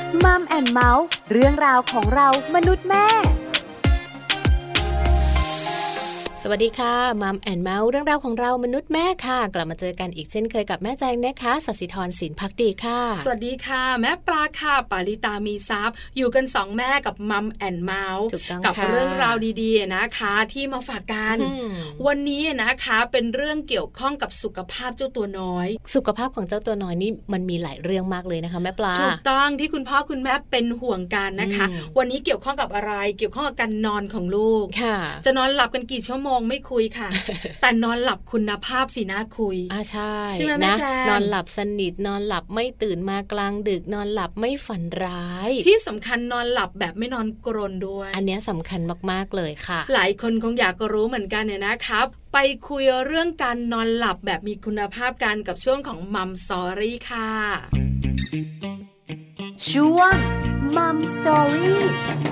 มัมแอนด์เมาส์เรื่องราวของเรามนุษย์แม่สวัสดีค่ะมัมแอนด์เมาส์เรื่องราวของเรามนุษย์แม่ค่ะกลับมาเจอกันอีกเช่นเคยกับแม่แจงนะคะศศิธรศิลป์ภักดีค่ะสวัสดีค่ะแม่ปลาค่ะปาริตามีซับอยู่กัน2แม่กับมัมแอนด์เมาส์กับเรื่องราวดีๆนะคะที่มาฝากกันวันนี้นะคะเป็นเรื่องเกี่ยวข้องกับสุขภาพเจ้าตัวน้อยสุขภาพของเจ้าตัวน้อยนี่มันมีหลายเรื่องมากเลยนะคะแม่ปลาถูกต้องที่คุณพ่อคุณแม่เป็นห่วงกันนะคะวันนี้เกี่ยวข้องกับอะไรเกี่ยวข้องกับการนอนของลูกจะนอนหลับกันกี่ชั่วโมงไม่คุยค่ะ แต่นอนหลับคุณภาพสิน่าคุยใช่ไหมแม่แจงนอนหลับสนิทนอนหลับไม่ตื่นมากลางดึกนอนหลับไม่ฝันร้ายที่สำคัญนอนหลับแบบไม่นอนกรนด้วยอันนี้สำคัญมากๆเลยค่ะหลายคนคงอยากรู้เหมือนกันเนี่ยนะครับไปคุยเรื่องการนอนหลับแบบมีคุณภาพกันกับช่วงของมัมสตอรี่ค่ะช่วงมัมสตอรี่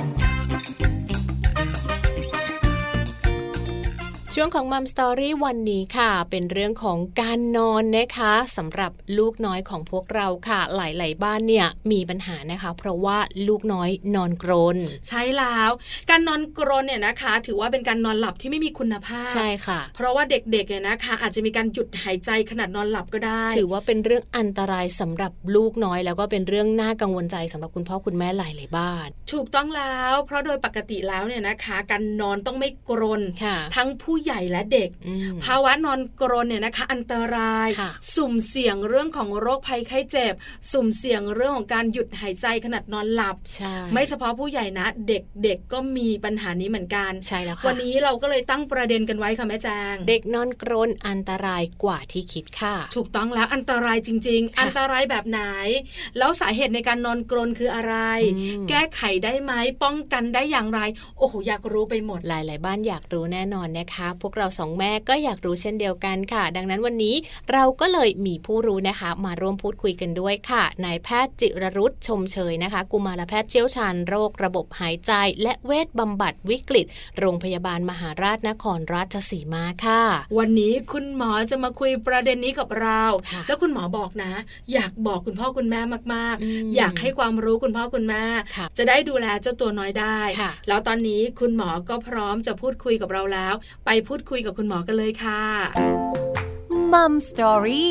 ช่วงของมัมสตอรี่วันนี้ค่ะเป็นเรื่องของการนอนนะคะสำหรับลูกน้อยของพวกเราค่ะหลายๆบ้านเนี่ยมีปัญหานะคะเพราะว่าลูกน้อยนอนกรนใช่แล้วการนอนกรนเนี่ยนะคะถือว่าเป็นการนอนหลับที่ไม่มีคุณภาพใช่ค่ะเพราะว่าเด็กๆเนี่ยนะคะอาจจะมีการหยุดหายใจขณะนอนหลับก็ได้ถือว่าเป็นเรื่องอันตรายสำหรับลูกน้อยแล้วก็เป็นเรื่องน่ากังวลใจสำหรับคุณพ่อคุณแม่หลายๆบ้านถูกต้องแล้วเพราะโดยปกติแล้วเนี่ยนะคะการนอนต้องไม่กรนทั้งผู้ใหญ่และเด็กภาวะนอนกรนเนี่ยนะคะอันตรายสุ่มเสี่ยงเรื่องของโรคภัยไข้เจ็บสุ่มเสี่ยงเรื่องของการหยุดหายใจขณะนอนหลับไม่เฉพาะผู้ใหญ่นะเด็กๆก็มีปัญหานี้เหมือนกันใช่แล้วค่ะวันนี้เราก็เลยตั้งประเด็นกันไว้ค่ะแม่แจงเด็กนอนกรนอันตรายกว่าที่คิดค่ะถูกต้องแล้วอันตรายจริงๆอันตรายแบบไหนแล้วสาเหตุในการนอนกรนคืออะไรแก้ไขได้ไหมป้องกันได้อย่างไรโอ้โหอยากรู้ไปหมดหลายๆบ้านอยากรู้แน่นอนนะคะพวกเราสองแม่ก็อยากรู้เช่นเดียวกันค่ะดังนั้นวันนี้เราก็เลยมีผู้รู้นะคะมาร่วมพูดคุยกันด้วยค่ะนายแพทย์จิรรุตชมเชยนะคะกุมารแพทย์เชี่ยวชาญโรคระบบหายใจและเวชบำบัดวิกฤตโรงพยาบาลมหาราชนครราชสีมาค่ะวันนี้คุณหมอจะมาคุยประเด็นนี้กับเราแล้วคุณหมอบอกนะอยากบอกคุณพ่อคุณแม่มากๆอยากให้ความรู้คุณพ่อคุณแม่จะได้ดูแลเจ้าตัวน้อยได้แล้วตอนนี้คุณหมอก็พร้อมจะพูดคุยกับเราแล้วไปพูดคุยกับคุณหมอกันเลยค่ะมัมสตอรี่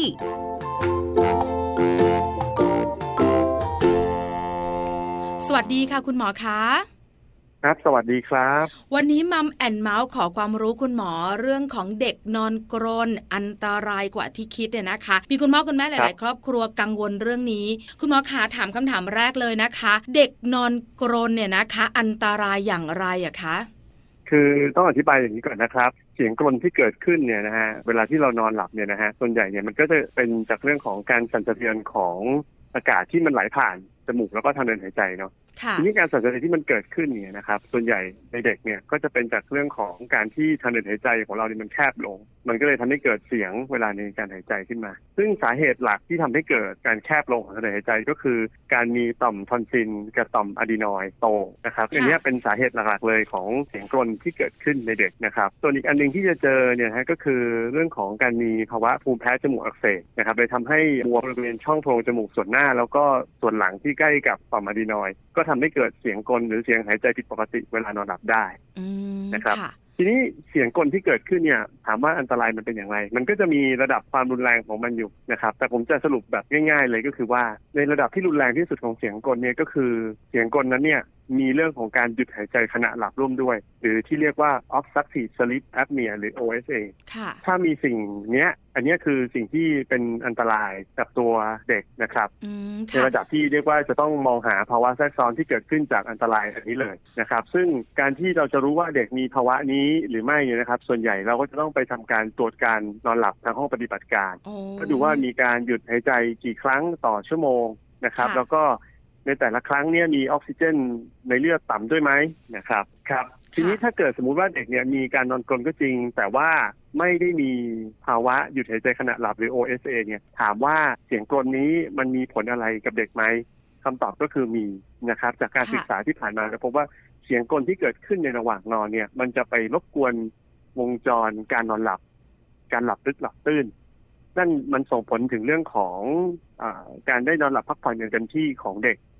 สวัสดีค่ะคุณหมอคะครับสวัสดีครับวันนี้มัมแอนเมาส์ขอความรู้คุณหมอเรื่องของเด็กนอนกรนอันตรายกว่าที่คิดเนี่ยนะคะมีคุณพ่อคุณแม่หลายๆครอบครัวกังวลเรื่องนี้คุณหมอคะถามคำถามแรกเลยนะคะเด็กนอนกรนเนี่ยนะคะอันตรายอย่างไรอะคะคือต้องอธิบายอย่างนี้ก่อนนะครับเสียงกรนที่เกิดขึ้นเนี่ยนะฮะเวลาที่เรานอนหลับเนี่ยนะฮะส่วนใหญ่เนี่ยมันก็จะเป็นจากเรื่องของการสั่นสะเทือนของอากาศที่มันไหลผ่านจมูกแล้วก็ทางเดินหายใจเนาะทีนี้การสั่นสะเทือนที่มันเกิดขึ้นเนี่ยนะครับส่วนใหญ่ในเด็กเนี่ยก็จะเป็นจากเรื่องของการที่ทางเดินหายใจของเราเนี่ยมันแคบลงมันก็เลยทำให้เกิดเสียงเวลาในการหายใจขึ้นมาซึ่งสาเหตุหลักที่ทำให้เกิดการแคบลงของทางเดินหายใจก็คือการมีต่อมทอนซิลกับต่อมอะดีนอยด์โตนะครับอันนี้เป็นสาเหตุหลักๆเลยของเสียงกรนที่เกิดขึ้นในเด็กนะครับส่วนอีกอันนึงที่จะเจอเนี่ยฮะก็คือเรื่องของการมีภาวะภูมิแพ้จมูกอักเสบนะครับเลยทำให้บวมบริเวณช่องโพรงจมูกส่วนหน้าแล้วก็ส่วนหลังที่ใกล้กับต่อมอะดีนอยด์ก็ทำให้เกิดเสียงกรนหรือเสียงหายใจผิดปกติเวลานอนหลับได้นะครับทีนี้เสียงกลที่เกิดขึ้นเนี่ยถามว่าอันตรายมันเป็นอย่างไรมันก็จะมีระดับความรุนแรงของมันอยู่นะครับแต่ผมจะสรุปแบบง่ายๆเลยก็คือว่าในระดับที่รุนแรงที่สุดของเสียงกลเนี่ยก็คือเสียงกลนั้นเนี่ยมีเรื่องของการหยุดหายใจขณะหลับร่วมด้วยหรือที่เรียกว่า obstructive sleep apnea หรือ OSA ถ้ามีสิ่งเนี้ยอันนี้คือสิ่งที่เป็นอันตรายกับตัวเด็กนะครับในระดับที่เรียกว่าจะต้องมองหาภาวะแทรกซ้อนที่เกิดขึ้นจากอันตรายอันนี้เลยนะครับซึ่งการที่เราจะรู้ว่าเด็กมีภาวะนี้หรือไม่เนี่ยนะครับส่วนใหญ่เราก็จะต้องไปทำการตรวจการนอนหลับทางห้องปฏิบัติการก็ดูว่ามีการหยุดหายใจกี่ครั้งต่อชั่วโมงนะครับแล้วก็ในแต่ละครั้งเนี่ยมีออกซิเจนในเลือดต่ำด้วยไหมนะครับครับทีนี้ถ้าเกิดสมมุติว่าเด็กเนี่ยมีการนอนกรนก็จริงแต่ว่าไม่ได้มีภาวะหยุดหายใจขณะหลับหรือ OSA เนี่ยถามว่าเสียงกรนนี้มันมีผลอะไรกับเด็กไหมคำตอบก็คือมีนะครับจากการศึกษาที่ผ่านมาเราพบว่าเสียงกรนที่เกิดขึ้นในระหว่างนอนเนี่ยมันจะไปรบกวนวงจรการนอนหลับการหลับลึกหลับตื่นนั่นมันส่งผลถึงเรื่องของการได้นอนหลับพักผ่อนอย่างเต็มที่ของเด็ก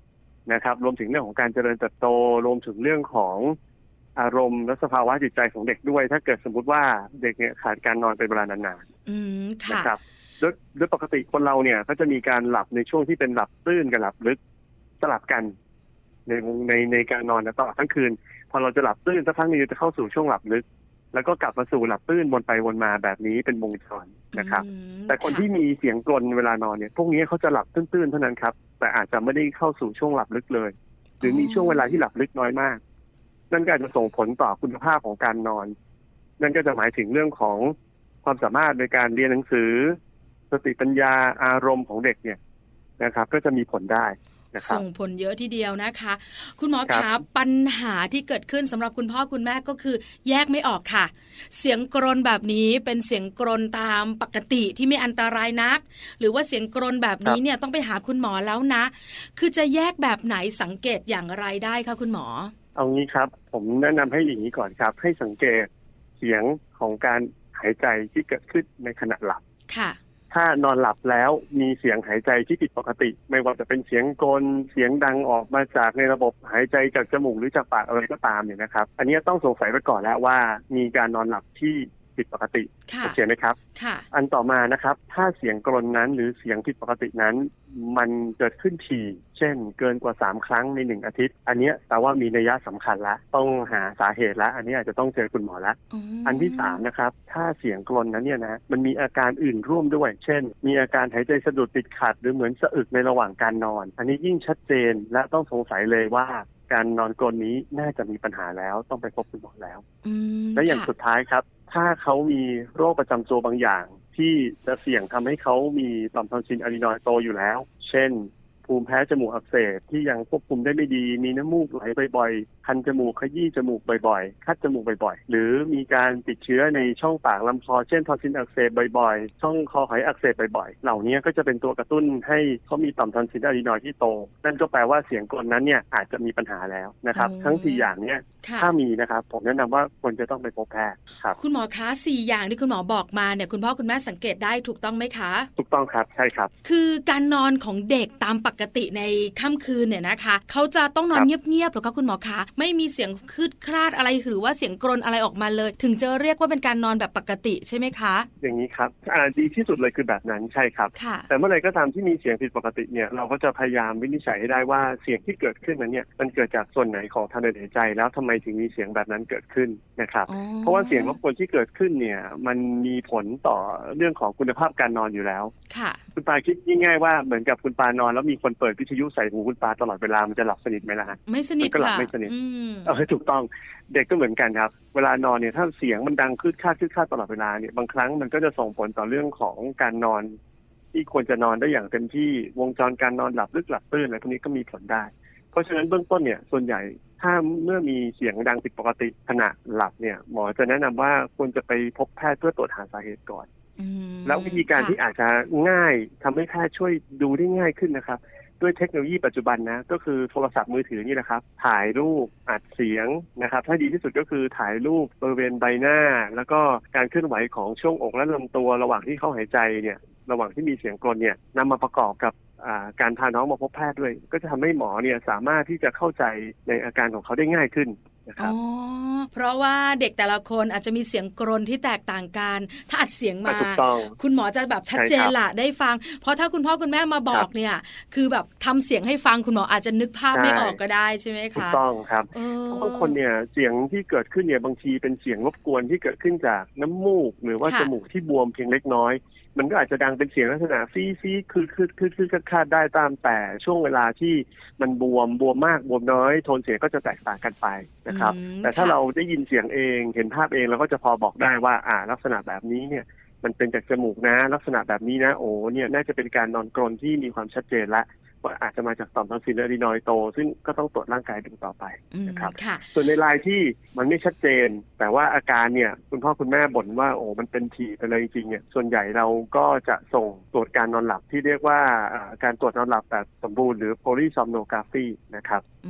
นะครับรวมถึงเรื่องของการเจริญเติบโตรวมถึงเรื่องของอารมณ์และสภาวะจิตใจของเด็กด้วยถ้าเกิดสมมุติว่าเด็กเนี่ยขาดการนอนเป็นเวลานานๆนะครับโดยปกติคนเราเนี่ยก็จะมีการหลับในช่วงที่เป็นหลับตื้นกับหลับลึกสลับกันในการนอนตลอดทั้งคืนพอเราจะหลับตื้นสักครั้งนึงจะเข้าสู่ช่วงหลับลึกแล้วก็กลับมาสู่หลับตื้นวนไปวนมาแบบนี้เป็นวงจรนะครับแต่คนที่มีเสียงกรนเวลานอนเนี่ยพวกนี้เขาจะหลับตื้นๆเท่านั้นครับแต่อาจจะไม่ได้เข้าสู่ช่วงหลับลึกเลยหรือมีช่วงเวลาที่หลับลึกน้อยมากนั่นก็อาจจะส่งผลต่อคุณภาพของการนอนนั่นก็จะหมายถึงเรื่องของความสามารถในการเรียนหนังสือสติปัญญาอารมณ์ของเด็กเนี่ยนะครับก็จะมีผลได้ส่งผลเยอะทีเดียวนะคะคุณหมอคะปัญหาที่เกิดขึ้นสำหรับคุณพ่อคุณแม่ก็คือแยกไม่ออกค่ะเสียงกรนแบบนี้เป็นเสียงกรนตามปกติที่ไม่อันตรายนักหรือว่าเสียงกรนแบบนี้เนี่ยต้องไปหาคุณหมอแล้วนะคือจะแยกแบบไหนสังเกตอย่างไรได้คะคุณหมอเอางี้ครับผมแนะนำให้อย่างนี้ก่อนครับให้สังเกตเสียงของการหายใจที่เกิดขึ้นในขณะหลับค่ะถ้านอนหลับแล้วมีเสียงหายใจที่ผิดปกติไม่ว่าจะเป็นเสียงกรนเสียงดังออกมาจากในระบบหายใจจากจมูกหรือจากปากอะไรก็ตามเนี่ยนะครับอันนี้ต้องสงสัยไว้ก่อนแล้วว่ามีการนอนหลับที่ผิดปกติโอเคไหมครับอันต่อมานะครับถ้าเสียงกรนนั้นหรือเสียงผิดปกตินั้นมันเกิดขึ้นถี่เช่นเกินกว่า3ครั้งใน1อาทิตย์อันนี้แปลว่ามีนัยสำคัญละต้องหาสาเหตุละอันนี้อาจจะต้องเจอคุณหมอละอันที่3นะครับถ้าเสียงกรนนั้นเนี่ยนะมันมีอาการอื่นร่วมด้วยเช่นมีอาการหายใจสะดุดติดขัดหรือเหมือนสะอึกในระหว่างการนอนอันนี้ยิ่งชัดเจนและต้องสงสัยเลยว่าการนอนกรนนี้น่าจะมีปัญหาแล้วต้องไปพบคุณหมอแล้วและอย่างสุดท้ายครับถ้าเขามีโรคประจำตัวบางอย่างที่จะเสี่ยงทำให้เขามีต่อมทอนซิลอะดรีนอยด์โตอยู่แล้วเช่นภูมิแพ้จมูกอักเสบที่ยังควบคุมได้ไม่ดีมีน้ำมูกไหลบ่อยๆคันจมูกขยี้จมูกบ่อยๆคัดจมูกบ่อยๆหรือมีการติดเชื้อในช่องปากลำคอเช่นทอนซิลอักเสบบ่อยๆช่องคอหอยอักเสบบ่อยๆเหล่านี้ก็จะเป็นตัวกระตุ้นให้เขามีต่อมทอนซิลอะดรีนอยด์ที่โตนั่นก็แปลว่าเสียงกรนนั้นเนี่ยอาจจะมีปัญหาแล้วนะครับทั้ง4อย่างเนี้ยถ้ามีนะครับผมแนะนำว่าควรจะต้องไปพบแพทย์ครับคุณหมอคะ4อย่างที่คุณหมอบอกมาเนี่ยคุณพ่อคุณแม่สังเกตได้ถูกต้องไหมคะถูกต้องครับใช่ครับคือการนอนของเด็กตามปกติในค่ำคืนเนี่ยนะคะเขาจะต้องนอนเงียบๆหรอคะคุณหมอคะไม่มีเสียงคืดคลาดอะไรหรือว่าเสียงกรนอะไรออกมาเลยถึงจะเรียกว่าเป็นการนอนแบบปกติใช่ไหมคะอย่างนี้ครับดีที่สุดเลยคือแบบนั้นใช่ครับแต่เมื่อไหร่ก็ตามที่มีเสียงผิดปกติเนี่ยเราก็จะพยายามวินิจฉัยให้ได้ว่าเสียงที่เกิดขึ้นนั้นเนี่ยมันเกิดจากส่วนไหนของทางเดินหายใจแล้วทำไมถึงมีเสียงแบบนั้นเกิดขึ้นนะครับเพราะว่าเสียงรบกวนที่เกิดขึ้นเนี่ยมันมีผลต่อเรื่องของคุณภาพการนอนอยู่แล้วคุณปาคิดง่ายๆว่าเหมือนกับคุณปานอนแล้วมีคนเปิดวิทยุใส่หูคุณปาตลอดเวลามันจะหลับสนิทไหมล่ะไม่สนิทก็หลับไม่สนิทถูกต้องเด็กก็เหมือนกันครับเวลานอนเนี่ยถ้าเสียงมันดังคืดคาดตลอดเวลาเนี่ยบางครั้งมันก็จะส่งผลต่อเรื่องของการนอนที่ควรจะนอนได้อย่างเต็มที่วงจรการนอนหลับลึกหลับตื่นอะไรพวกนี้ก็มีผลได้เพราะฉะนั้นเบื้องต้นเนี่ยส่วนใหญ่ถ้าเมื่อมีเสียงดังผิดปกติขณะหลับเนี่ยหมอจะแนะนำว่าควรจะไปพบแพทย์เพื่อตรวจหาสาเหตุก่อนแล้ววิธีการที่อาจจะง่ายทำให้แพทย์ช่วยดูได้ง่ายขึ้นนะครับด้วยเทคโนโลยีปัจจุบันนะก็คือโทรศัพท์มือถือนี่แหละครับถ่ายรูปอัดเสียงนะครับถ้าดีที่สุดก็คือถ่ายรูปบริเวณใบหน้าแล้วก็การเคลื่อนไหวของช่วงอกและลำตัวระหว่างที่เขาหายใจเนี่ยระหว่างที่มีเสียงกรนเนี่ยนำมาประกอบกับการพาน้องมาพบแพทย์ด้วยก็จะทำให้หมอเนี่ยสามารถที่จะเข้าใจในอาการของเขาได้ง่ายขึ้นนะครับเพราะว่าเด็กแต่ละคนอาจจะมีเสียงกรนที่แตกต่างกันถ้าอัดเสียงมาคุณหมอจะแบบชัดเจนละได้ฟังเพราะถ้าคุณพ่อคุณแม่มาบอกเนี่ยคือแบบทำเสียงให้ฟังคุณหมออาจจะนึกภาพไม่ออกก็ได้ใช่ไหมคะถูกต้องครับเพราะบางคนเนี่ยเสียงที่เกิดขึ้นเนี่ยบางทีเป็นเสียงรบกวนที่เกิดขึ้นจากน้ำมูกหรือว่าจมูกที่บวมเพียงเล็กน้อยมันก็อาจจะดังเป็นเสียงลักษณะฟีคือคาดได้ตามแต่ช่วงเวลาที่มันบวมมากบวมน้อยโทนเสียงก็จะแตกต่างกันไปนะครับแต่ถ้าเราได้ยินเสียงเองเห็นภาพเองเราก็จะพอบอกได้ว่าลักษณะแบบนี้เนี่ยมันเป็นจากจมูกนะลักษณะแบบนี้นะเนี่ยน่าจะเป็นการนอนกรนที่มีความชัดเจนละว่าอาจจะมาจากต่อมทอนซิลอะดรีนอยด์โตซึ่งก็ต้องตรวจร่างกายดูต่อไปนะครับส่วนในรายที่มันไม่ชัดเจนแต่ว่าอาการเนี่ยคุณพ่อคุณแม่บ่นว่ามันเป็นถี่ไปเลยจริงๆเนี่ยส่วนใหญ่เราก็จะส่งตรวจการนอนหลับที่เรียกว่าการตรวจนอนหลับแบบสมบูรณ์หรือ polysomnography นะครับ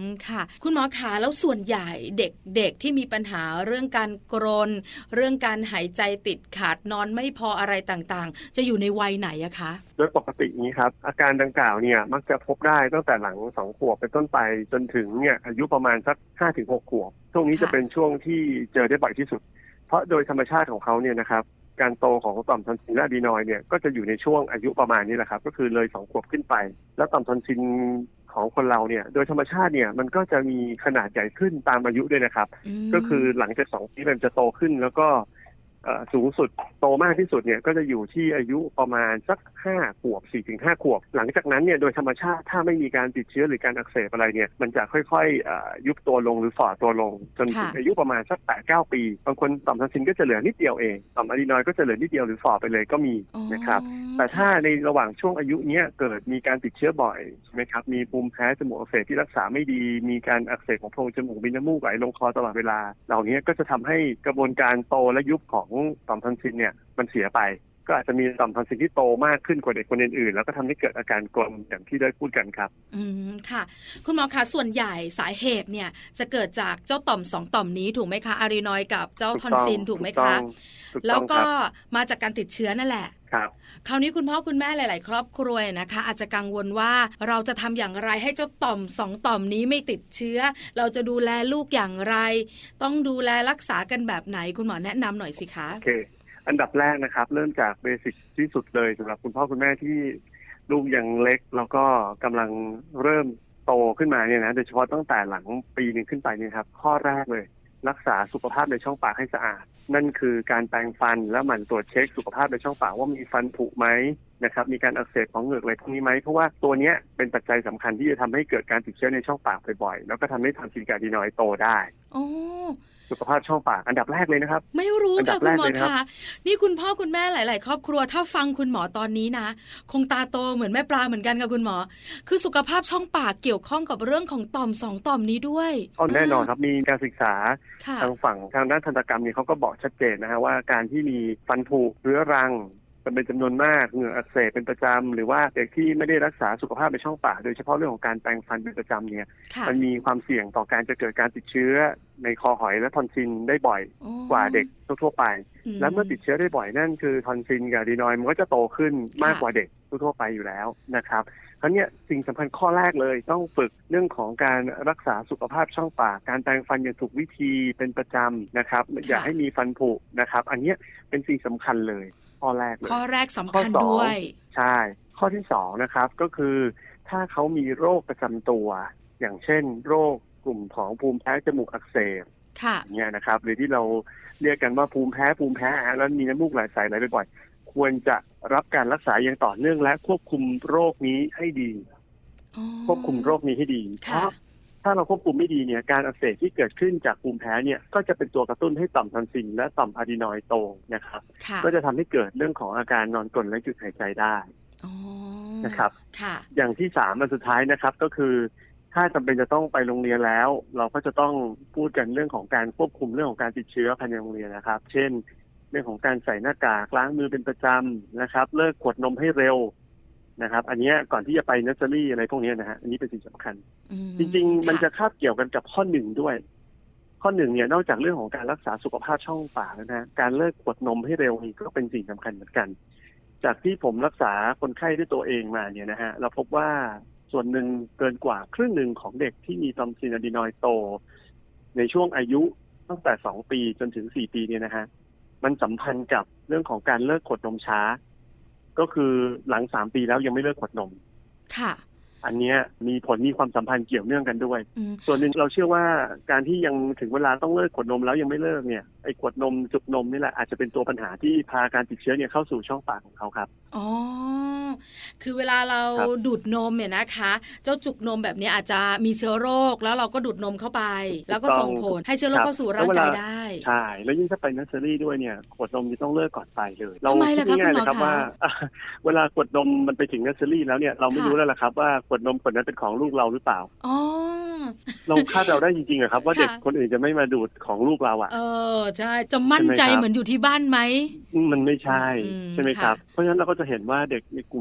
ค่ะคุณหมอขาแล้วส่วนใหญ่เด็กที่มีปัญหาเรื่องการกรนเรื่องการหายใจติดขัดนอนไม่พออะไรต่างๆจะอยู่ในวัยไหนอะคะโดยปกตินี้ครับอาการดังกล่าวเนี่ยมักจะพบได้ตั้งแต่หลัง2 ขวบเป็นต้นไปจนถึงเนี่ยอายุประมาณสัก 5-6 ขวบช่วงนี้จะเป็นช่วงที่เจอได้บ่อยที่สุดเพราะโดยธรรมชาติของเขาเนี่ยนะครับการโตของต่อมทอนซิลและอะดีนอยด์เนี่ยก็จะอยู่ในช่วงอายุประมาณนี้แหละครับก็คือเลย2 ขวบขึ้นไปแล้วต่อมทอนซิลของคนเราเนี่ยโดยธรรมชาติเนี่ยมันก็จะมีขนาดใหญ่ขึ้นตามอายุด้วยนะครับก็คือหลังจาก2 ปีมันจะโตขึ้นแล้วก็สูงสุดโตมากที่สุดเนี่ยก็จะอยู่ที่อายุประมาณสัก5 ขวบ 4-5 ขวบหลังจากนั้นเนี่ยโดยธรรมชาติถ้าไม่มีการติดเชื้อหรือการอักเสบอะไรเนี่ยมันจะค่อยๆยุบตัวลงหรือฝ่อตัวลงจนถึงอายุประมาณสัก 8-9 ปีบางคนต่อมทอนซิลก็จะเหลือนิดเดียวเองต่อมอะดีนอยด์ก็จะเหลือนิดเดียวหรือฝ่อไปเลยก็มีนะครับแต่ถ้าในระหว่างช่วงอายุเนี้ยเกิดมีการติดเชื้อบ่อยใช่ไหมครับมีภูมิแพ้จมูกอักเสบที่รักษาไม่ดีมีการอักเสบของโพรงจมูกมีน้ำมูกไหลลงคอตลอดเวลาเหล่านี้ก็จะทำให้กระบวนการโตและยุบของต่อมทอนซิลเนี่ยมันเสียไปก็อาจจะมีต่อมทอนซิลที่โตมากขึ้นกว่าเด็กคนอื่นๆแล้วก็ทำให้เกิดอาการกรนอย่างที่ได้พูดกันครับค่ะคุณหมอคะส่วนใหญ่สาเหตุเนี่ยจะเกิดจากเจ้าต่อม2 ต่อมนี้ถูกไหมคะอะดีนอยด์กับเจ้าทอนซิลถูกไหมคะแล้วก็มาจากการติดเชื้อนั่นแหละครับคราวนี้คุณพ่อคุณแม่หลายๆครอบครัวนะคะอาจจะกังวลว่าเราจะทำอย่างไรให้เจ้าต่อม2 ต่อมนี้ไม่ติดเชื้อเราจะดูแลลูกอย่างไรต้องดูแลรักษากันแบบไหนคุณหมอแนะนำหน่อยสิคะโอเคอันดับแรกนะครับเริ่มจากเบสิกที่สุดเลยสำหรับคุณพ่อคุณแม่ที่ลูกยังเล็กแล้วก็กำลังเริ่มโตขึ้นมาเนี่ยนะโดยเฉพาะตั้งแต่หลังปีนึงขึ้นไปเนี่ยครับข้อแรกเลยรักษาสุขภาพในช่องปากให้สะอาดนั่นคือการแปรงฟันและหมั่นตรวจเช็คสุขภาพในช่องปากว่ามีฟันผุไหมนะครับมีการอักเสบของเหงือกอะไรพวกนี้ไหมเพราะว่าตัวนี้เป็นปัจจัยสำคัญที่จะทำให้เกิดการติดเชื้อในช่องปากบ่อยๆแล้วก็ทำให้ทอนซิลกับอะดีนอยด์โตได้สุขภาพช่องปากอันดับแรกเลยนะครับไม่รู้ค่ะคุณหมอคะนี่คุณพ่อคุณแม่หลายๆครอบครัวถ้าฟังคุณหมอตอนนี้นะคงตาโตเหมือนแม่ปลาเหมือนกันค่ะคุณหมอคือสุขภาพช่องปากเกี่ยวข้องกับเรื่องของต่อม2 ต่อมนี้ด้วยแน่นอนครับมีการศึกษาทางฝั่งทางด้านทันตกรรมนี่เขาก็บอกชัดเจนนะฮะว่าการที่มีฟันผุเรื้อรังเป็นจำนวนมากเหงื่ออักเสบเป็นประจำหรือว่าเด็กที่ไม่ได้รักษาสุขภาพในช่องปากโดยเฉพาะเรื่องของการแปรงฟันเป็นประจำเนี่ยมันมีความเสี่ยงต่อการจะเกิดการติดเชื้อในคอหอยและทอนซิลได้บ่อยกว่าเด็กทั่วไปและเมื่อติดเชื้อได้บ่อยนั่นคือทอนซิลกับอะดีนอยด์มันก็จะโตขึ้นมากกว่าเด็กทั่วไปอยู่แล้วนะครับเพราะเนี่ยสิ่งสำคัญข้อแรกเลยต้องฝึกเรื่องของการรักษาสุขภาพช่องปากการแปรงฟันอย่างถูกวิธีเป็นประจำนะครับอย่าให้มีฟันผุนะครับอันนี้เป็นสิ่งสำคัญเลยข้อแรกเลยข้อแรกสำคัญด้วยใช่ข้อที่2นะครับก็คือถ้าเขามีโรคประจำตัวอย่างเช่นโรคกลุ่มของภูมิแพ้จมูกอักเสบเนี่ยนะครับหรือที่เราเรียกกันว่าภูมิแพ้แล้วมีน้ำมูกไหลบ่อยๆควรจะรับการรักษาอย่างต่อเนื่องและควบคุมโรคนี้ให้ดีควบคุมโรคนี้ให้ดีเพราะถ้าเราควบคุมไม่ดีเนี่ยการอักเสบที่เกิดขึ้นจากภูมิแพ้เนี่ยก็จะเป็นตัวกระตุ้นให้ต่อมทอนซิลและต่อมอะดีนอยด์โตนะครับก็จะทำให้เกิดเรื่องของอาการนอนกรนและหยุดหายใจได้นะครับอย่างที่3อันสุดท้ายนะครับก็คือถ้าจำเป็นจะต้องไปโรงเรียนแล้วเราก็จะต้องพูดกันเรื่องของการควบคุมเรื่องของการติดเชื้อภายในโรงเรียนนะครับเช่นเรื่องของการใส่หน้ากากล้างมือเป็นประจำนะครับเลิกขวดนมให้เร็วนะครับอันนี้ก่อนที่จะไปเนอร์เซอรี่อะไรพวกนี้นะฮะอันนี้เป็นสิ่งสำคัญจริงๆมันจะคาบเกี่ยวกันกับข้อ1ด้วยข้อ1เนี่ยนอกจากเรื่องของการรักษาสุขภาพช่องปากนะฮะการเลิกขวดนมให้เร็วนี่ก็เป็นสิ่งสำคัญเหมือนกันจากที่ผมรักษาคนไข้ด้วยตัวเองมาเนี่ยนะฮะเราพบว่าส่วนหนึ่งเกินกว่าครึ่งหนึ่งของเด็กที่มีต่อมซิลอะดีนอยด์โตในช่วงอายุตั้งแต่2 ปีจนถึง4 ปีเนี่ยนะฮะมันสัมพันธ์กับเรื่องของการเลิกขวดนมช้าก็คือหลัง3 ปีแล้วยังไม่เลิกขวดนมค่ะอันนี้มีความสัมพันธ์เกี่ยวเนื่องกันด้วยส่วนหนึ่งเราเชื่อว่าการที่ยังถึงเวลาต้องเลิกขวดนมแล้วยังไม่เลิกเนี่ยไอ้ขวดนมจุกนมนี่แหละอาจจะเป็นตัวปัญหาที่พาการติดเชื้อเนี่ยเข้าสู่ช่องปากของเขาครับคือเวลาเราดูดนมเนี่ยนะคะเจ้าจุกนมแบบนี้อาจจะมีเชื้อโรคแล้วเราก็ดูดนมเข้าไปแล้วก็ส่งผลให้เชื้อโรคเข้าสู่ร่างกายได้ใช่แล้วยิ่งถ้าไปเนอร์เซอรี่ด้วยเนี่ยขวดนมจะต้องเลิกก่อนไปเลยเราคิดง่ายๆเลยครับว่าเวลาขวดนมมันไปถึงเนอร์เซอรี่แล้วเนี่ยเราไม่รู้แล้วล่ะครับว่าขวดนมขวดนั้นเป็นของลูกเราหรือเปล่าเราคาดเดาได้จริงๆอะครับว่าเด็กคนอื่นจะไม่มาดูดของลูกเราอะใช่จะมั่นใจเหมือนอยู่ที่บ้านไหมมันไม่ใช่ไหมครับเพราะฉะนั้นเราก็จะเห็นว่าเด็กในกลุ่ม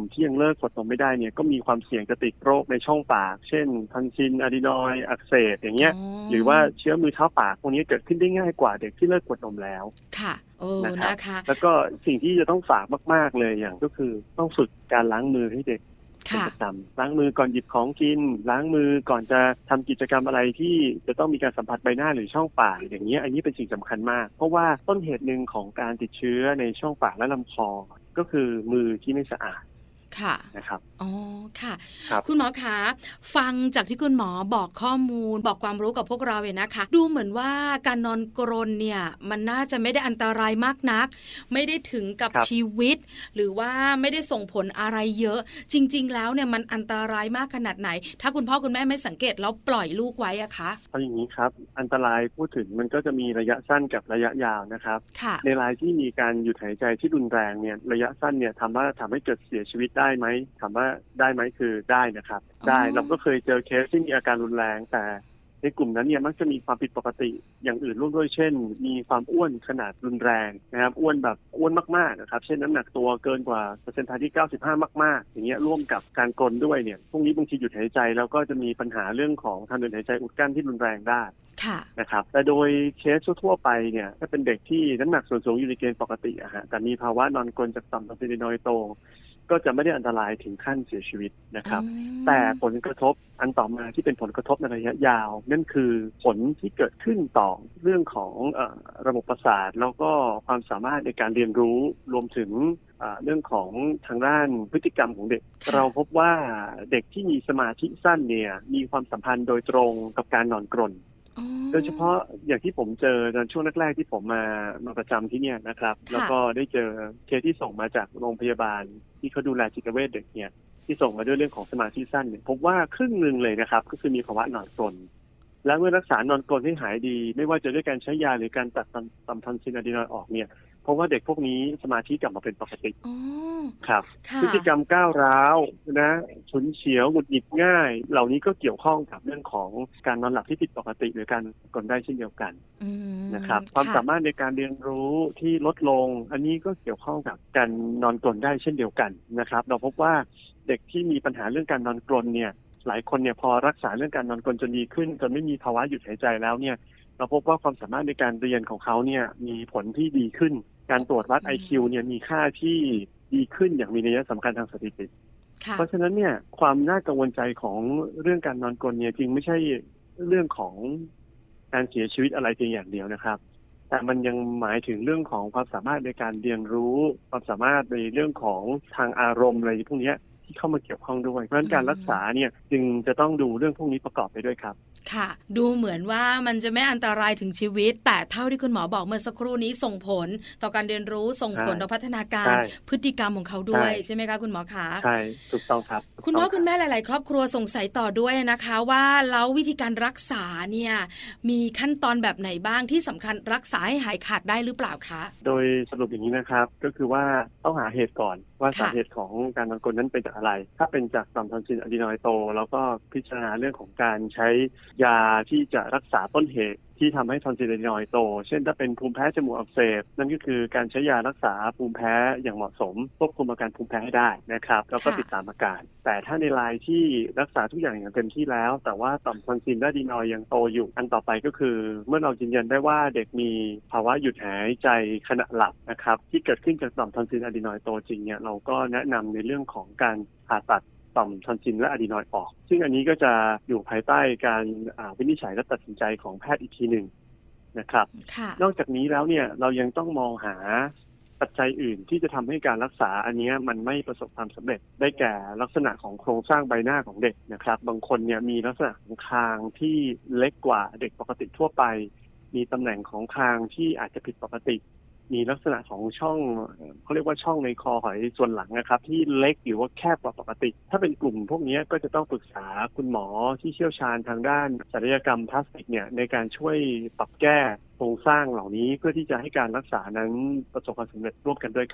ที่ยังเลิกกดนมไม่ได้เนี่ยก็มีความเสี่ยงจะติดโรคในช่องปากเช่นทอนซิลอะดีนอยด์อักเสบอย่างเงี้ยหรือว่าเชื้อมือเท้าปากพวกนี้เกิดขึ้นได้ง่ายกว่าเด็กที่เลิกกดนมแล้วค่ะนะคะแล้วก็สิ่งที่จะต้องฝากมากๆเลยอย่างก็คือต้องฝึกการล้างมือให้เด็กเป็นประจำล้างมือก่อนหยิบของกินล้างมือก่อนจะทำกิจกรรมอะไรที่จะต้องมีการสัมผัสใบหน้าหรือช่องปากอย่างนี้อันนี้เป็นสิ่งสำคัญมากเพราะว่าต้นเหตุหนึ่งของการติดเชื้อในช่องปากและลำคอก็คือมือที่ไม่สะอาดค่ะนะครับอ๋อค่ะคุณหมอคะฟังจากที่คุณหมอบอกข้อมูลบอกความรู้กับพวกเราเนี่ยนะคะดูเหมือนว่าการนอนกรนเนี่ยมันน่าจะไม่ได้อันตรายมากนักไม่ได้ถึงกับชีวิตหรือว่าไม่ได้ส่งผลอะไรเยอะจริงๆแล้วเนี่ยมันอันตรายมากขนาดไหนถ้าคุณพ่อคุณแม่ไม่สังเกตแล้วปล่อยลูกไว้อะคะเอาอย่างนี้ครับอันตรายพูดถึงมันก็จะมีระยะสั้นกับระยะยาวนะครับในรายที่มีการหยุดหายใจที่รุนแรงเนี่ยระยะสั้นเนี่ยทำให้เกิดเสียชีวิตได้ไหมถามว่าได้ไหมคือได้นะครับได้เราก็เคยเจอเคสที่มีอาการรุนแรงแต่ในกลุ่มนั้นเนี่ยมักจะมีความผิดปกติอย่างอื่นร่วมด้วยเช่นมีความอ้วนขนาดรุนแรงนะครับอ้วนแบบอ้วนมากๆนะครับเช่นน้ำหนักตัวเกินกว่าเปอร์เซ็นต์ที่95มากๆอย่างเงี้ยร่วมกับการกรนด้วยเนี่ยพวกนี้บางทีหยุดหายใจแล้วก็จะมีปัญหาเรื่องของทางเดินหายใจอุดกั้นที่รุนแรงได้นะครับแต่โดยเคสทั่วไปเนี่ยถ้าเป็นเด็กที่น้ำหนักส่วนสูงอยู่ในเกณฑ์ปกติอะฮะแต่มีภาวะนอนกรนจากต่อมทอนซิลอะดรีนอยด์โตก็จะไม่ได้อันตรายถึงขั้นเสียชีวิตนะครับแต่ผลกระทบอันต่อมาที่เป็นผลกระทบในระยะยาวนั่นคือผลที่เกิดขึ้นต่อเรื่องของระบบประสาทแล้วก็ความสามารถในการเรียนรู้รวมถึงเรื่องของทางด้านพฤติกรรมของเด็กเราพบว่าเด็กที่มีสมาธิสั้นเนี่ยมีความสัมพันธ์โดยตรงกับการนอนกรนโดยเฉพาะอย่างที่ผมเจอในช่วงแรกๆที่ผมมาประจำที่เนี่ยนะครับแล้วก็ได้เจอเคสที่ส่งมาจากโรงพยาบาลที่เขาดูแลจิตเวชเด็กเนี่ยที่ส่งมาด้วยเรื่องของสมาธิสั้นเนี่ยพบว่าครึ่งนึงเลยนะครับก็คือมีภาวะนอนกรนและเมื่อรักษานอนกรนให้หายดีไม่ว่าจะด้วยการใช้ยาหรือการตัดต่อมทอนซิลอะดรีนอยด์ออกเนี่ยเพราะว่าเด็กพวกนี้สมาธิกลับมาเป็นปกติครับพฤติกรรมก้าวร้าวนะฉุนเฉียวหงุดหงิดง่ายเหล่านี้ก็เกี่ยวข้องกับเรื่องของการนอนหลับที่ผิดปกติหรือการกรนได้เช่นเดียวกันนะครับความสามารถในการเรียนรู้ที่ลดลงอันนี้ก็เกี่ยวข้องกับการนอนกรนได้เช่นเดียวกันนะครับเราพบว่าเด็กที่มีปัญหาเรื่องการนอนกรนเนี่ยหลายคนเนี่ยพอรักษาเรื่องการนอนกรนจนดีขึ้นจนไม่มีภาวะหยุดหายใจแล้วเนี่ยเราพบว่าความสามารถในการเรียนของเขาเนี่ยมีผลที่ดีขึ้นการตรวจวัด IQ เนี่ยมีค่าที่ดีขึ้นอย่างมีนัยสำคัญทางสถิติเพราะฉะนั้นเนี่ยความน่ากังวลใจของเรื่องการนอนกรนเนี่ยจริงไม่ใช่เรื่องของการเสียชีวิตอะไรเพียงอย่างเดียวนะครับแต่มันยังหมายถึงเรื่องของความสามารถในการเรียนรู้ความสามารถในเรื่องของทางอารมณ์อะไรพวกนี้ที่เข้ามาเกี่ยวข้องด้วยเพราะฉะนั้นการรักษาเนี่ยจึงจะต้องดูเรื่องพวกนี้ประกอบไปด้วยครับค่ะดูเหมือนว่ามันจะไม่อันตรายถึงชีวิตแต่เท่าที่คุณหมอบอกเมื่อสักครู่นี้ส่งผลต่อการเรียนรู้ส่งผลต่อพัฒนาการพฤติกรรมของเขาด้วยใช่ไหมคะคุณหมอคะใช่ถูกต้องครับคุณพ่อคุณแม่หลายๆครอบครัวสงสัยต่อด้วยนะคะว่าแล้ววิธีการรักษาเนี่ยมีขั้นตอนแบบไหนบ้างที่สำคัญรักษาให้หายขาดได้หรือเปล่าคะโดยสรุปอย่างนี้นะครับก็คือว่าต้องหาเหตุก่อนว่าสาเหตุของการนอนกรนนั้นเป็นจากอะไรถ้าเป็นจากต่อมทอนซิลอะดรีนอยด์โตแล้วก็พิจารณาเรื่องของการใช้ยาที่จะรักษาต้นเหตุที่ทำให้ทอนซิลอะดรีนอยด์โตเช่นถ้าเป็นภูมิแพ้จมูกอักเสบนั่นก็คือการใช้ยารักษาภูมิแพ้อย่างเหมาะสมควบคุมอาการภูมิแพ้ให้ได้นะครับแล้วก็ติดตามอาการแต่ถ้าในรายที่รักษาทุกอย่างอย่างเต็มที่แล้วแต่ว่าต่อมทอนซิลอะดรีนอยด์ยังโตอยู่อันต่อไปก็คือเมื่อเรายืนยันได้ว่าเด็กมีภาวะหยุดหายใจขณะหลับนะครับที่เกิดขึ้นจากต่อมทอนซิลอะดรีนอยด์โตจริงเนี่ยเราก็แนะนำในเรื่องของการผ่าตัดต่อมทอนซิลและอะดรีนอยด์ออกซึ่งอันนี้ก็จะอยู่ภายใต้การวินิจฉัยและตัดสินใจของแพทย์อีกทีหนึ่งนะครับนอกจากนี้แล้วเนี่ยเรายังต้องมองหาปัจจัยอื่นที่จะทำให้การรักษาอันนี้มันไม่ประสบความสำเร็จได้แก่ลักษณะของโครงสร้างใบหน้าของเด็กนะครับบางคนเนี่ยมีลักษณะของคางที่เล็กกว่าเด็กปกติทั่วไปมีตำแหน่งของคางที่อาจจะผิดปกติมีลักษณะของช่องเขาเรียกว่าช่องในคอหอยส่วนหลังนะครับที่เล็กหรือว่าแคบกว่าปกติถ้าเป็นกลุ่มพวกนี้ก็จะต้องปรึกษาคุณหมอที่เชี่ยวชาญทางด้านศัลยกรรมพลาสติกเนี่ยในการช่วยปรับแก้โครงสร้างเหล่านี้เพื่อที่จะให้การรักษานั้นประสบความสำเร็จร่วมกันด้วยครับ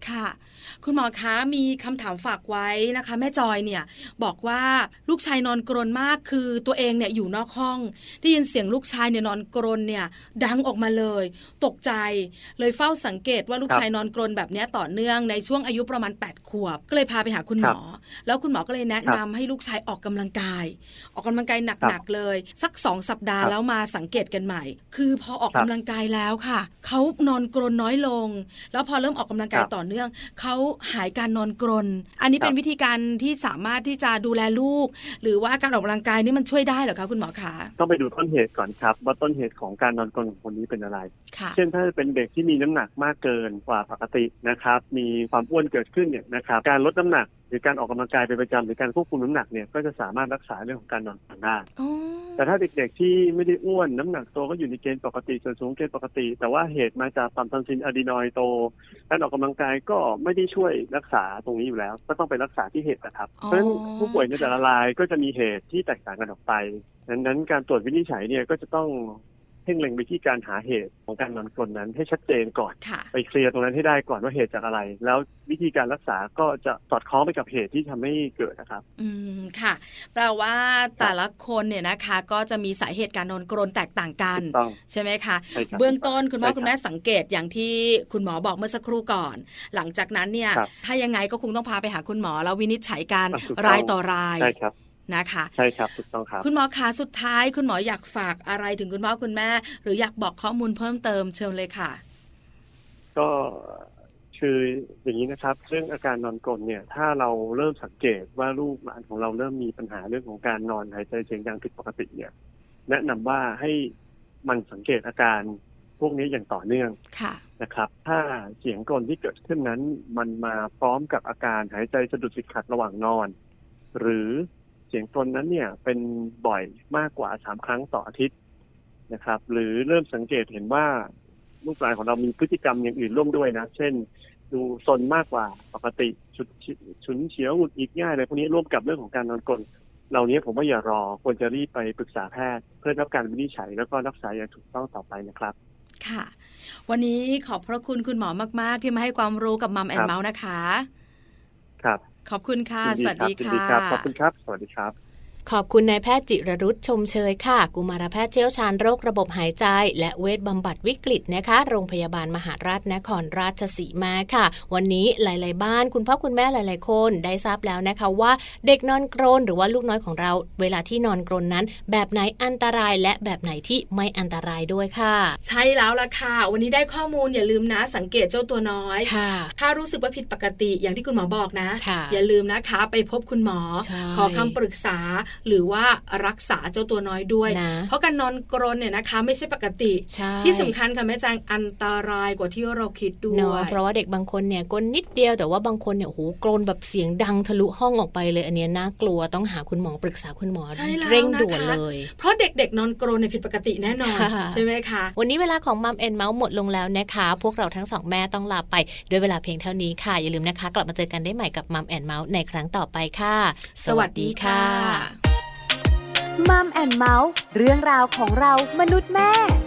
ค่ะคุณหมอคะมีคำถามฝากไว้นะคะแม่จอยเนี่ยบอกว่าลูกชายนอนกรนมากคือตัวเองเนี่ยอยู่นอกห้องได้ยินเสียงลูกชายเนี่ยนอนกรนเนี่ยดังออกมาเลยตกใจเลยเฝ้าสังเกตว่าลูกชายนอนกรนแบบนี้ต่อเนื่องในช่วงอายุประมาณ8 ขวบก็เลยพาไปหาคุณหมอแล้วคุณหมอก็เลยแนะนำให้ลูกชายออกกำลังกายหนักๆเลยสัก2 สัปดาห์แล้วมาสังเกตกันใหม่คือพอออกกำลังกายแล้วค่ะเขานอนกรนน้อยลงแล้วพอเริ่มออกกำลังกายต่อเนื่องเขาหายการนอนกรนอันนี้เป็นวิธีการที่สามารถที่จะดูแลลูกหรือว่าการออกกำลังกายนี่มันช่วยได้เหรอคะคุณหมอคะต้องไปดูต้นเหตุก่อนครับว่าต้นเหตุของการนอนกรนของคนนี้เป็นอะไรเช่นถ้าเป็นเด็กที่มีน้ำหนักมากเกินกว่าปกตินะครับมีความอ้วนเกิดขึ้นเนี่ยนะครับการลดน้ำหนักหรือการออกกำลังกายเป็นประจำหรือการควบคุมน้ำหนักเนี่ยก็จะสามารถรักษาเรื่องของการนอนกรนได้แต่ถ้าเด็กๆที่ไม่ได้อ้วนน้ำหนักตัวก็อยู่ในเกณฑ์ปกติส่วนสูงเกณฑ์ปกติแต่ว่าเหตุมาจากต่อมทอนซิลอะดีนอยด์โตการออกกำลังกายก็ไม่ได้ช่วยรักษาตรงนี้อยู่แล้วก็ต้องไปรักษาที่เหตุนะครับเพราะฉะนั้นผู้ป่วยในแต่ละรายก็จะมีเหตุที่แตกต่างกันออกไปดังนั้นการตรวจวินิจฉัยเนี่ยก็จะต้องเพ่งเล็งไปที่การหาเหตุของการนอนกรนนั้นให้ชัดเจนก่อนไปเคลียร์ตรงนั้นให้ได้ก่อนว่าเหตุจากอะไรแล้ววิธีการรักษาก็จะสอดคล้องไปกับเหตุที่ทำให้เกิดนะครับค่ะแปลว่าแต่ละคนเนี่ยนะคะก็จะมีสาเหตุการนอนกรนแตกต่างกันใช่ไหมคะเบื้องต้นคุณพ่อคุณแม่สังเกตอย่างที่คุณหมอบอกเมื่อสักครู่ก่อนหลังจากนั้นเนี่ยถ้ายังไงก็คงต้องพาไปหาคุณหมอแล้ววินิจฉัยการรายต่อรายใช่ครับนะคะใช่ครับถูกต้องครับคุณหมอคะสุดท้ายคุณหมออยากฝากอะไรถึงคุณพ่อคุณแม่หรืออยากบอกข้อมูลเพิ่มเติมเชิญเลยค่ะก็คืออย่างนี้นะครับเรื่องอาการนอนกรนเนี่ยถ้าเราเริ่มสังเกตว่าลูกหลานของเราเริ่มมีปัญหาเรื่องของการนอนหายใจเสียงดังผิดปกติเนี่ยแนะนำว่าให้มันสังเกตอาการพวกนี้อย่างต่อเนื่องนะครับถ้าเสียงกรนที่เกิดขึ้นนั้นมันมาพร้อมกับอาการหายใจสะดุดติดขัดระหว่างนอนหรือเสียงกรนนั้นเนี่ยเป็นบ่อยมากกว่า3 ครั้งต่ออาทิตย์นะครับหรือเริ่มสังเกตเห็นว่าลูกหลานของเรามีพฤติกรรมอย่างอื่นร่วมด้วยนะเช่นดูซนมากกว่าปกติฉุนเฉียวหงุดหงิดง่ายอะไรพวกนี้ร่วมกับเรื่องของการนอนกรนเหล่านี้ผมว่าอย่ารอควรจะรีบไปปรึกษาแพทย์เพื่อรับการวินิจฉัยแล้วก็รักษาอย่างถูกต้องต่อไปนะครับค่ะวันนี้ขอบพระคุณคุณหมอมากๆที่มาให้ความรู้กับมัมแอนด์เมาส์นะคะครับขอบคุณค่ะสวัสดีค่ะขอบคุณครับสวัสดีครับขอบคุณนายแพทย์จิรรุชชมเชยค่ะกุมารแพทย์เชี่ยวชาญโรคระบบหายใจและเวชบำบัดวิกฤตนะคะโรงพยาบาลมหาราชนครราชสีมาค่ะวันนี้หลายๆบ้านคุณพ่อคุณแม่หลายๆคนได้ทราบแล้วนะคะว่าเด็กนอนกรนหรือว่าลูกน้อยของเราเวลาที่นอนกรนนั้นแบบไหนอันตรายและแบบไหนที่ไม่อันตรายด้วยค่ะใช่แล้วล่ะค่ะวันนี้ได้ข้อมูลอย่าลืมนะสังเกตเจ้าตัวน้อยถ้ารู้สึกว่าผิดปกติอย่างที่คุณหมอบอกนะอย่าลืมนะคะไปพบคุณหมอขอคำปรึกษาหรือว่ารักษาเจ้าตัวน้อยด้วยเพราะการนอนกรนเนี่ยนะคะไม่ใช่ปกติที่สำคัญค่ะแม่แจงอันตรายกว่าที่เราคิดด้วยเพราะว่าเด็กบางคนเนี่ยกรนนิดเดียวแต่ว่าบางคนเนี่ยโอ้โหกรนแบบเสียงดังทะลุห้องออกไปเลยอันนี้น่ากลัวต้องหาคุณหมอปรึกษาคุณหมอเร่งด่วนเลยเพราะเด็กๆนอนกรนเนี่ยผิดปกติแน่นอนใช่ไหมคะวันนี้เวลาของมัมแอนด์เมาส์หมดลงแล้วนะคะพวกเราทั้งสองแม่ต้องลาไปด้วยเวลาเพียงเท่านี้ค่ะอย่าลืมนะคะกลับมาเจอกันได้ใหม่กับมัมแอนด์เมาส์ในครั้งต่อไปค่ะสวัสดีค่ะมัมแอนด์เมาส์เรื่องราวของเรามนุษย์แม่